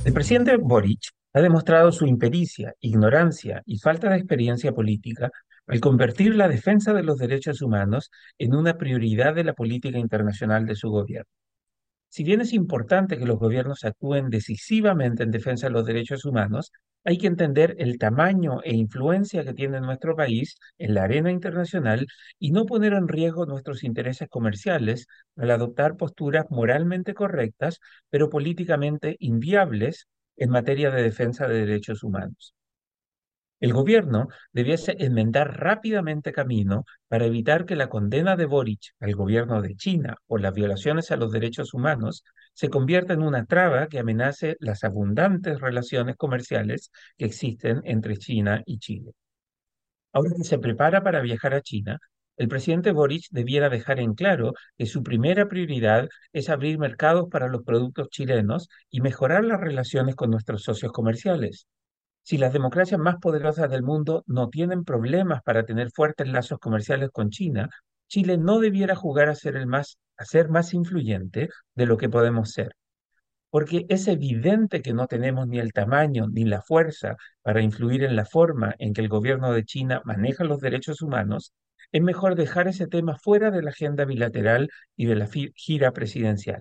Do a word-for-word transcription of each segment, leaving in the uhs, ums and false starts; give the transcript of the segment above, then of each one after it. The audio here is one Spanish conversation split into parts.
El presidente Boric ha demostrado su impericia, ignorancia y falta de experiencia política al convertir la defensa de los derechos humanos en una prioridad de la política internacional de su gobierno. Si bien es importante que los gobiernos actúen decisivamente en defensa de los derechos humanos, hay que entender el tamaño e influencia que tiene nuestro país en la arena internacional y no poner en riesgo nuestros intereses comerciales al adoptar posturas moralmente correctas, pero políticamente inviables en materia de defensa de derechos humanos. El gobierno debiese enmendar rápidamente camino para evitar que la condena de Boric al gobierno de China por las violaciones a los derechos humanos se convierta en una traba que amenace las abundantes relaciones comerciales que existen entre China y Chile. Ahora que se prepara para viajar a China, el presidente Boric debiera dejar en claro que su primera prioridad es abrir mercados para los productos chilenos y mejorar las relaciones con nuestros socios comerciales. Si las democracias más poderosas del mundo no tienen problemas para tener fuertes lazos comerciales con China, Chile no debiera jugar a ser el más, a ser más influyente de lo que podemos ser, porque es evidente que no tenemos ni el tamaño ni la fuerza para influir en la forma en que el gobierno de China maneja los derechos humanos. Es mejor dejar ese tema fuera de la agenda bilateral y de la fi- gira presidencial.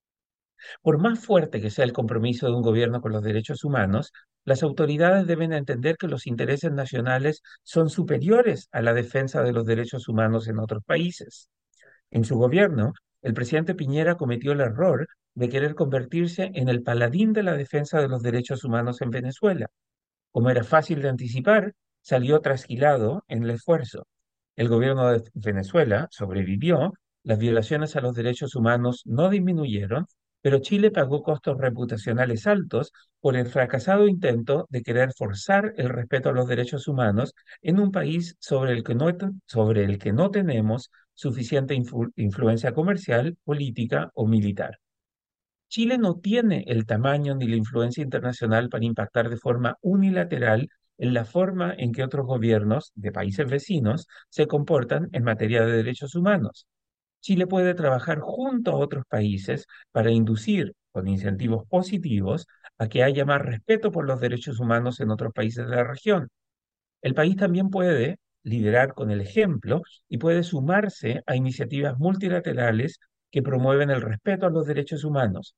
Por más fuerte que sea el compromiso de un gobierno con los derechos humanos, las autoridades deben entender que los intereses nacionales son superiores a la defensa de los derechos humanos en otros países. En su gobierno, el presidente Piñera cometió el error de querer convertirse en el paladín de la defensa de los derechos humanos en Venezuela. Como era fácil de anticipar, salió trasquilado en el esfuerzo. El gobierno de Venezuela sobrevivió, las violaciones a los derechos humanos no disminuyeron, pero Chile pagó costos reputacionales altos por el fracasado intento de querer forzar el respeto a los derechos humanos en un país sobre el que no, sobre el que no tenemos suficiente influ- influencia comercial, política o militar. Chile no tiene el tamaño ni la influencia internacional para impactar de forma unilateral en la forma en que otros gobiernos de países vecinos se comportan en materia de derechos humanos. Chile puede trabajar junto a otros países para inducir, con incentivos positivos, a que haya más respeto por los derechos humanos en otros países de la región. El país también puede liderar con el ejemplo y puede sumarse a iniciativas multilaterales que promueven el respeto a los derechos humanos.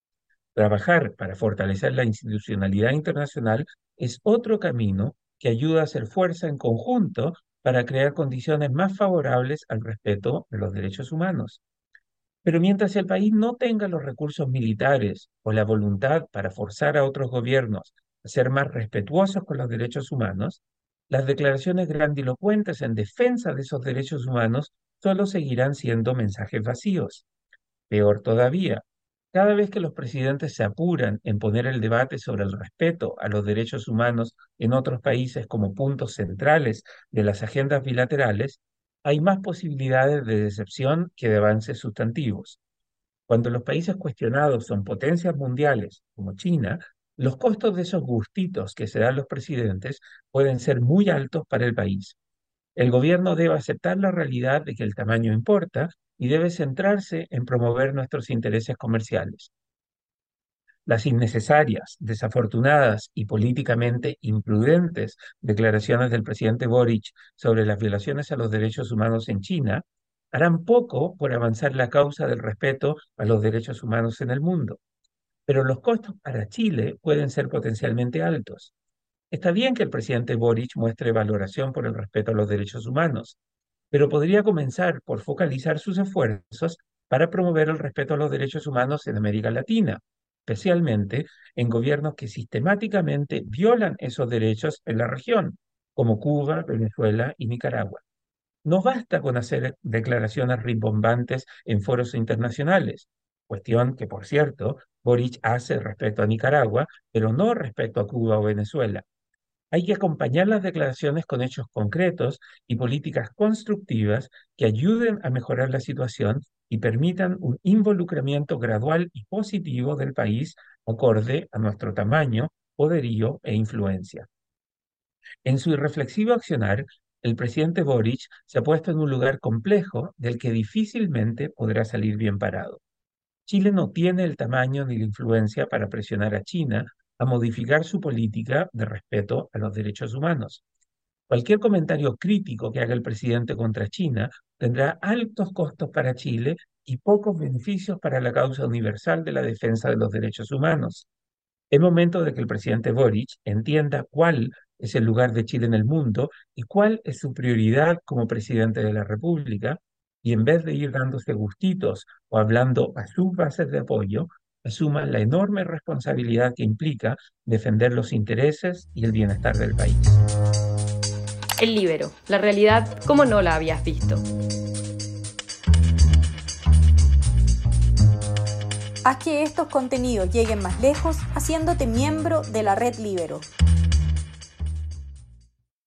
Trabajar para fortalecer la institucionalidad internacional es otro camino que ayuda a hacer fuerza en conjunto para crear condiciones más favorables al respeto de los derechos humanos. Pero mientras el país no tenga los recursos militares o la voluntad para forzar a otros gobiernos a ser más respetuosos con los derechos humanos, las declaraciones grandilocuentes en defensa de esos derechos humanos solo seguirán siendo mensajes vacíos. Peor todavía, cada vez que los presidentes se apuran en poner el debate sobre el respeto a los derechos humanos en otros países como puntos centrales de las agendas bilaterales, hay más posibilidades de decepción que de avances sustantivos. Cuando los países cuestionados son potencias mundiales, como China, los costos de esos gustitos que se dan los presidentes pueden ser muy altos para el país. El gobierno debe aceptar la realidad de que el tamaño importa y debe centrarse en promover nuestros intereses comerciales. Las innecesarias, desafortunadas y políticamente imprudentes declaraciones del presidente Boric sobre las violaciones a los derechos humanos en China harán poco por avanzar la causa del respeto a los derechos humanos en el mundo, pero los costos para Chile pueden ser potencialmente altos. Está bien que el presidente Boric muestre valoración por el respeto a los derechos humanos, pero podría comenzar por focalizar sus esfuerzos para promover el respeto a los derechos humanos en América Latina, especialmente en gobiernos que sistemáticamente violan esos derechos en la región, como Cuba, Venezuela y Nicaragua. No basta con hacer declaraciones rimbombantes en foros internacionales, cuestión que, por cierto, Boric hace respecto a Nicaragua, pero no respecto a Cuba o Venezuela. Hay que acompañar las declaraciones con hechos concretos y políticas constructivas que ayuden a mejorar la situación y permitan un involucramiento gradual y positivo del país acorde a nuestro tamaño, poderío e influencia. En su irreflexivo accionar, el presidente Boric se ha puesto en un lugar complejo del que difícilmente podrá salir bien parado. Chile no tiene el tamaño ni la influencia para presionar a China a modificar su política de respeto a los derechos humanos. Cualquier comentario crítico que haga el presidente contra China tendrá altos costos para Chile y pocos beneficios para la causa universal de la defensa de los derechos humanos. Es momento de que el presidente Boric entienda cuál es el lugar de Chile en el mundo y cuál es su prioridad como presidente de la República, y en vez de ir dándose gustitos o hablando a sus bases de apoyo, asuma la enorme responsabilidad que implica defender los intereses y el bienestar del país. El Líbero, la realidad como no la habías visto. Haz que estos contenidos lleguen más lejos haciéndote miembro de la Red Líbero.